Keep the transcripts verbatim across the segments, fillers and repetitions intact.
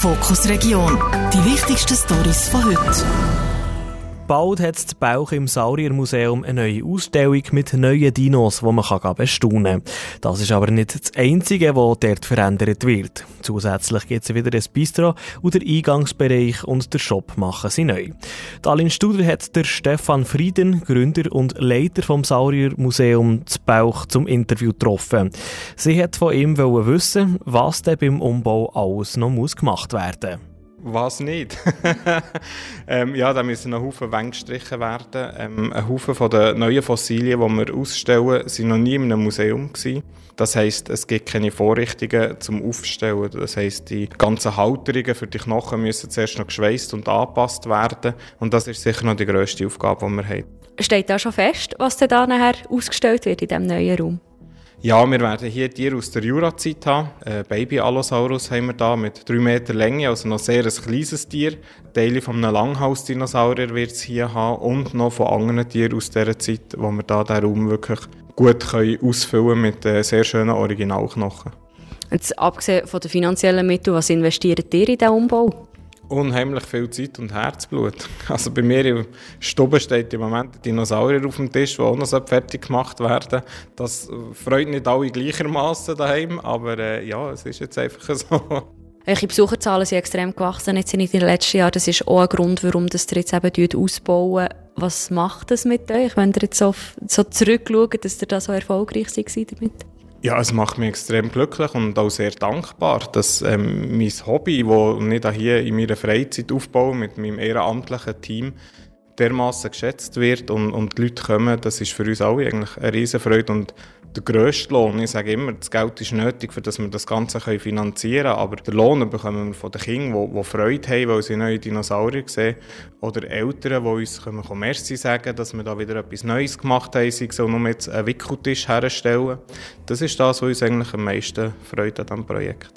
Fokus Region. Die wichtigsten Storys von heute. Bald hat das Bauch im Sauriermuseum eine neue Ausstellung mit neuen Dinos, die man bestaunen kann. Das ist aber nicht das Einzige, was dort verändert wird. Zusätzlich gibt es wieder ein Bistro und der Eingangsbereich und der Shop machen sie neu. Die Aline Studer hat der Stefan Frieden, Gründer und Leiter vom Sauriermuseum das Bauch zum Interview getroffen. Sie hat von ihm wissen, was denn beim Umbau alles noch muss gemacht werden muss. Was nicht? ähm, ja, da müssen noch Haufen Wände gestrichen werden. Ähm, ein Haufen von den neuen Fossilien, die wir ausstellen, waren noch nie in einem Museum gewesen. Das heisst, es gibt keine Vorrichtungen zum Aufstellen. Das heisst, die ganzen Halterungen für die Knochen müssen zuerst noch geschweißt und angepasst werden. Und das ist sicher noch die grösste Aufgabe, die wir haben. Steht da schon fest, was denn da nachher ausgestellt wird in diesem neuen Raum? Ja, wir werden hier Tiere aus der Jurazeit haben. Ein Baby-Allosaurus haben wir da mit drei Meter Länge, also noch sehr ein kleines Tier. Teile von einem Langhaus-Dinosaurier wird es hier haben und noch von anderen Tieren aus dieser Zeit, wo wir da den Raum wirklich gut können ausfüllen mit sehr schönen Originalknochen. Jetzt, abgesehen von den finanziellen Mitteln, was investiert ihr in diesen Umbau? Unheimlich viel Zeit und Herzblut. Also bei mir im Stube steht im Moment ein Dinosaurier auf dem Tisch, der auch noch fertig gemacht werden. Das freut nicht alle gleichermaßen daheim, aber äh, ja, es ist jetzt einfach so. Eure Besucherzahlen sind extrem gewachsen jetzt in den letzten Jahren. Das ist auch ein Grund, warum das ihr jetzt eben ausbauen. Was macht das mit euch, wenn ihr jetzt so, so zurückschaut, dass ihr da so erfolgreich seid damit? Ja, es macht mich extrem glücklich und auch sehr dankbar, dass ähm, mein Hobby, das ich hier in meiner Freizeit aufbaue, mit meinem ehrenamtlichen Team, dermassen geschätzt wird und, und die Leute kommen, das ist für uns alle eigentlich eine Riesenfreude und der grösste Lohn. Ich sage immer, das Geld ist nötig, für dass wir das Ganze finanzieren können, aber den Lohn bekommen wir von den Kindern, die, die Freude haben, weil sie neue Dinosaurier sehen, oder Eltern, die uns können, können Merci sagen, dass wir da wieder etwas Neues gemacht haben, sei es nur jetzt einen Wickeltisch herstellen. Das ist das, was uns eigentlich am meisten freut an diesem Projekt.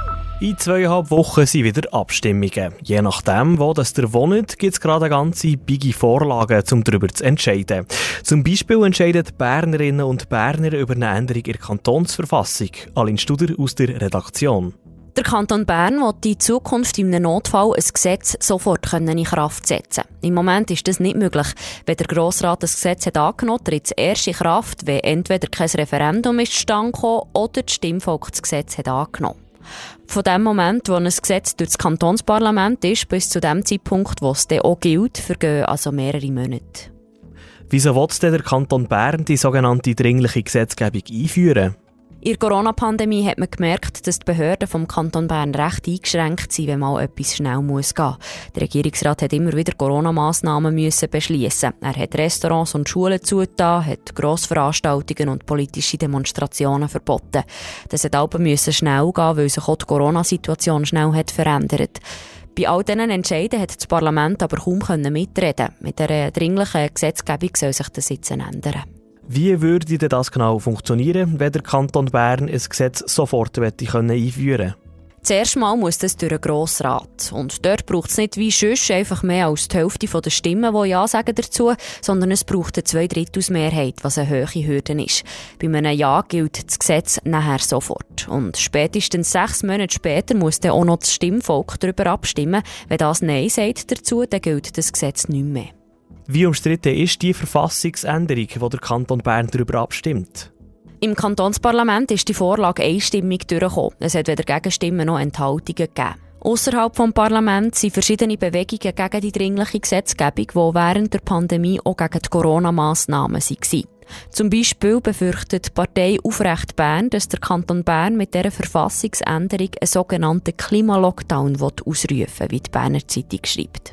In zweieinhalb Wochen sind wieder Abstimmungen. Je nachdem, wo das ihr wohnt, gibt es gerade ganze bige Vorlagen, um darüber zu entscheiden. Zum Beispiel entscheiden die Bernerinnen und Berner über eine Änderung in der Kantonsverfassung. Aline Studer aus der Redaktion. Der Kanton Bern will in Zukunft in einem Notfall ein Gesetz sofort in Kraft setzen. Im Moment ist das nicht möglich. Wenn der Grossrat das Gesetz hat angenommen, tritt es erst in Kraft, wenn entweder kein Referendum ist zustande gekommen oder das Stimmvolk das Gesetz hat angenommen. Von dem Moment, wo ein Gesetz durch das Kantonsparlament ist, bis zu dem Zeitpunkt, wo es dann auch gilt, vergehen also mehrere Monate. Wieso will denn der Kanton Bern die sogenannte dringliche Gesetzgebung einführen? In der Corona-Pandemie hat man gemerkt, dass die Behörden vom Kanton Bern recht eingeschränkt sind, wenn mal etwas schnell muss gehen. Der Regierungsrat hat immer wieder Corona-Massnahmen müssen beschließen. Er hat Restaurants und Schulen zugetan, hat Grossveranstaltungen und politische Demonstrationen verboten. Das hat aber müssen schnell gehen, weil sich auch die Corona-Situation schnell hat verändert. Bei all diesen Entscheiden hat das Parlament aber kaum mitreden. Mit der dringlichen Gesetzgebung soll sich das jetzt ändern. Wie würde denn das genau funktionieren, wenn der Kanton Bern ein Gesetz sofort einführen könnte? Zuerst mal muss das durch den Grossrat. Und dort braucht es nicht wie sonst einfach mehr als die Hälfte der Stimmen, die Ja sagen dazu, sondern es braucht eine Zweidrittelsmehrheit, was eine hohe Hürde ist. Bei einem Ja gilt das Gesetz nachher sofort. Und spätestens sechs Monate später muss dann auch noch das Stimmvolk darüber abstimmen. Wenn das Nein sagt dazu, dann gilt das Gesetz nicht mehr. Wie umstritten ist die Verfassungsänderung, die der Kanton Bern darüber abstimmt? Im Kantonsparlament ist die Vorlage einstimmig durchgekommen. Es hat weder Gegenstimmen noch Enthaltungen gegeben. Ausserhalb des Parlaments sind verschiedene Bewegungen gegen die dringliche Gesetzgebung, die während der Pandemie auch gegen die Corona-Massnahmen waren. Zum Beispiel befürchtet die Partei Aufrecht Bern, dass der Kanton Bern mit dieser Verfassungsänderung einen sogenannten Klimalockdown ausrufen will, wie die Berner Zeitung schreibt.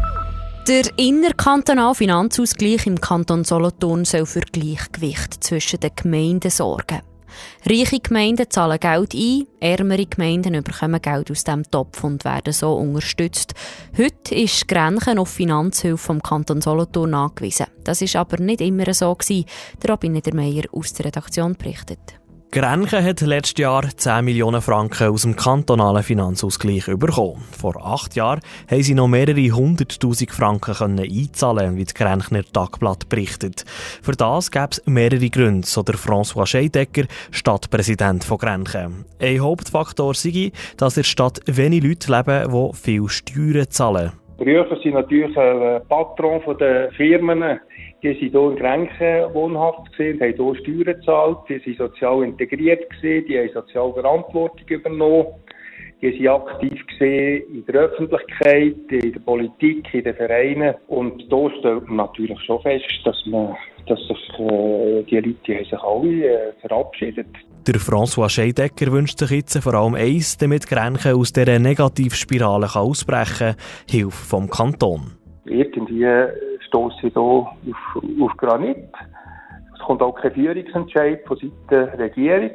Der innerkantonale Finanzausgleich im Kanton Solothurn soll für Gleichgewicht zwischen den Gemeinden sorgen. Reiche Gemeinden zahlen Geld ein, ärmere Gemeinden bekommen Geld aus diesem Topf und werden so unterstützt. Heute ist Grenchen auf Finanzhilfe vom Kanton Solothurn angewiesen. Das war aber nicht immer so gewesen. Der Robin Niedermeyer aus der Redaktion berichtet. Grenchen hat letztes Jahr zehn Millionen Franken aus dem kantonalen Finanzausgleich bekommen. Vor acht Jahren haben sie noch mehrere hunderttausend Franken einzahlen, wie das Grenchner Tagblatt berichtet. Für das gäbe es mehrere Gründe, so der François Scheidecker, Stadtpräsident von Grenchen. Ein Hauptfaktor sei, dass in der Stadt wenig Leute leben, die viel Steuern zahlen. Früher sind natürlich ein Patron der Firmen, die waren hier in Grenchen wohnhaft gewesen, haben hier Steuern gezahlt, die sind sozial integriert gewesen, die haben soziale Verantwortung übernommen, die waren aktiv gewesen in der Öffentlichkeit, in der Politik, in den Vereinen. Und da stellt man natürlich schon fest, dass man, dass sich äh, die Leute die haben sich alle äh, verabschiedet. Der François Scheidecker wünscht sich jetzt vor allem eins, damit Grenchen aus dieser Negativspirale ausbrechen kann: Hilfe vom Kanton. Irgendwie stossen sie hier auf, auf Granit. Es kommt auch kein Führungsentscheid von Seiten der Regierung.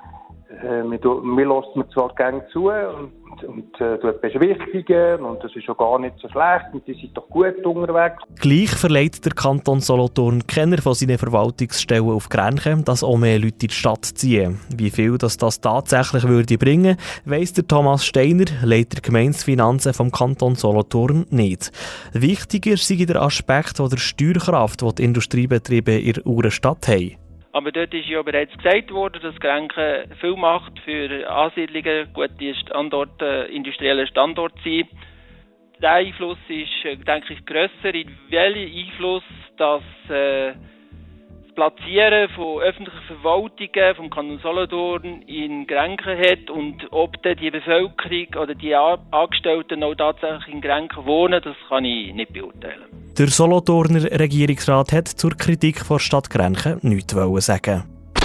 Äh, wir, wir hören zwar gerne zu und, und äh, beschwichtigen, und das ist schon gar nicht so schlecht und die sind doch gut unterwegs. Gleich verleiht der Kanton Solothurn keiner von seinen Verwaltungsstellen auf Grenchen, dass auch mehr Leute in die Stadt ziehen. Wie viel das, das tatsächlich würde bringen, weiss der Thomas Steiner, Leiter Gemeindefinanzen vom Kanton Solothurn, nicht. Wichtiger sei der Aspekt der Steuerkraft, die die Industriebetriebe in ihrer Stadt haben. Aber dort ist ja bereits gesagt worden, dass Grenchen viel macht für Ansiedlungen, gute Standorte, industrielle Standorte sind. Der Einfluss ist, denke ich, grösser. In welchem Einfluss das, äh, das Platzieren von öffentlichen Verwaltungen vom Kanton Solothurn in Grenchen hat und ob dann die Bevölkerung oder die Angestellten auch tatsächlich in Grenchen wohnen, das kann ich nicht beurteilen. Der Solothurner Regierungsrat hat zur Kritik der Stadt Grenchen nichts sagen.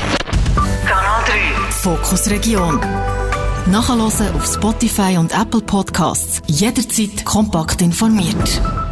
Kanal drei Fokus Region. Nachhören auf Spotify und Apple Podcasts. Jederzeit kompakt informiert.